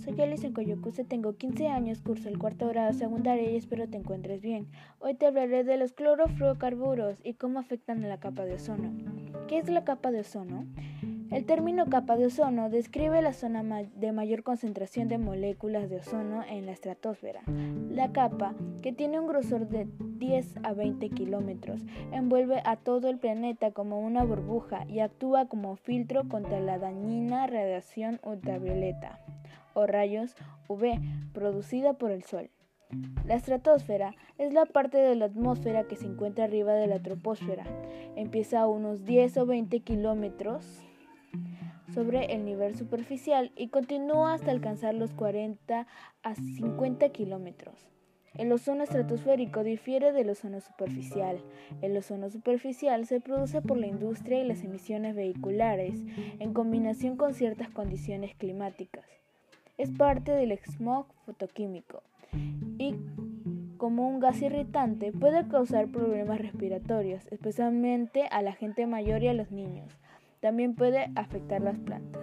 Soy Alison Coyocuse, tengo 15 años, curso el cuarto grado secundaria y espero te encuentres bien. Hoy te hablaré de los clorofluorocarburos y cómo afectan a la capa de ozono. ¿Qué es la capa de ozono? El término capa de ozono describe la zona de mayor concentración de moléculas de ozono en la estratosfera. La capa, que tiene un grosor de 10 a 20 kilómetros, envuelve a todo el planeta como una burbuja y actúa como filtro contra la dañina radiación ultravioleta o rayos UV producida por el Sol. La estratosfera es la parte de la atmósfera que se encuentra arriba de la troposfera. Empieza a unos 10 o 20 kilómetros sobre el nivel superficial y continúa hasta alcanzar los 40 a 50 kilómetros. El ozono estratosférico difiere del ozono superficial. El ozono superficial se produce por la industria y las emisiones vehiculares, en combinación con ciertas condiciones climáticas. Es parte del smog fotoquímico y, como un gas irritante, puede causar problemas respiratorios, especialmente a la gente mayor y a los niños. También puede afectar las plantas.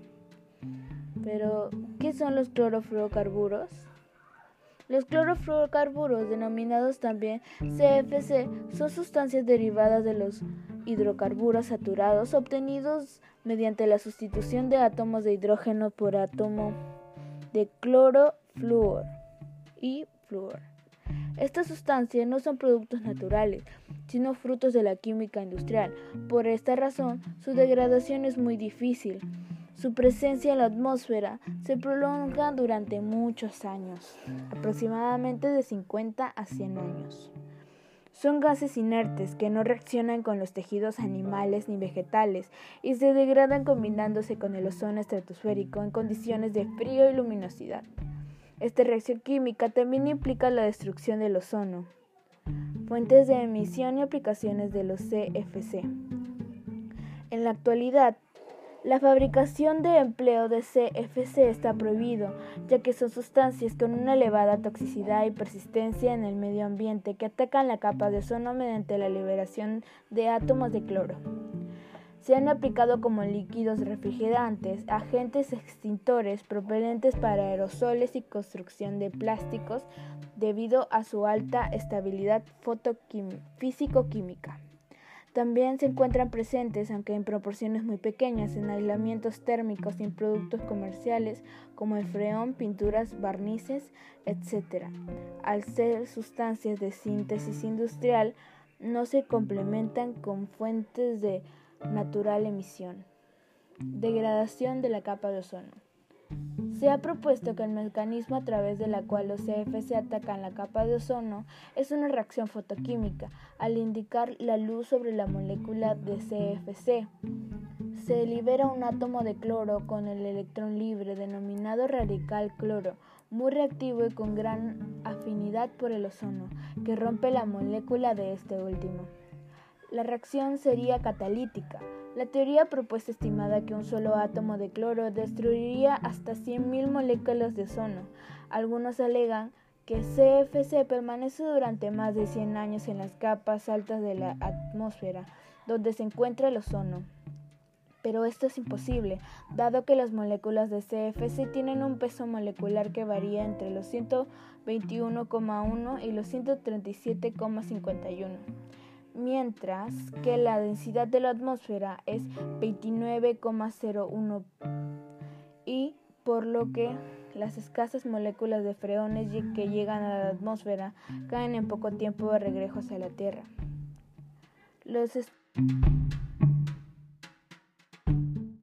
Pero, ¿qué son los clorofluorocarburos? Los clorofluorocarburos, denominados también CFC, son sustancias derivadas de los hidrocarburos saturados obtenidos mediante la sustitución de átomos de hidrógeno por átomo de cloro, flúor y flúor. Estas sustancias no son productos naturales, sino frutos de la química industrial. Por esta razón, su degradación es muy difícil. Su presencia en la atmósfera se prolonga durante muchos años, aproximadamente de 50 a 100 años. Son gases inertes que no reaccionan con los tejidos animales ni vegetales y se degradan combinándose con el ozono estratosférico en condiciones de frío y luminosidad. Esta reacción química también implica la destrucción del ozono. Fuentes de emisión y aplicaciones de los CFC. En la actualidad, la fabricación de empleo de CFC está prohibido, ya que son sustancias con una elevada toxicidad y persistencia en el medio ambiente que atacan la capa de ozono mediante la liberación de átomos de cloro. Se han aplicado como líquidos refrigerantes, agentes extintores, propelentes para aerosoles y construcción de plásticos debido a su alta estabilidad físico-química. También se encuentran presentes, aunque en proporciones muy pequeñas, en aislamientos térmicos y en productos comerciales como el freón, pinturas, barnices, etc. Al ser sustancias de síntesis industrial, no se complementan con fuentes de natural emisión. Degradación de la capa de ozono. Se ha propuesto que el mecanismo a través de la cual los CFC atacan la capa de ozono es una reacción fotoquímica. Al indicar la luz sobre la molécula de CFC, se libera un átomo de cloro con el electrón libre denominado radical cloro, muy reactivo y con gran afinidad por el ozono, que rompe la molécula de este último. La reacción sería catalítica. La teoría propuesta estimaba que un solo átomo de cloro destruiría hasta 100.000 moléculas de ozono. Algunos alegan que CFC permanece durante más de 100 años en las capas altas de la atmósfera, donde se encuentra el ozono. Pero esto es imposible, dado que las moléculas de CFC tienen un peso molecular que varía entre los 121,1 y los 137,51. Mientras que la densidad de la atmósfera es 29,01 y por lo que las escasas moléculas de freones que llegan a la atmósfera caen en poco tiempo de regreso hacia la Tierra.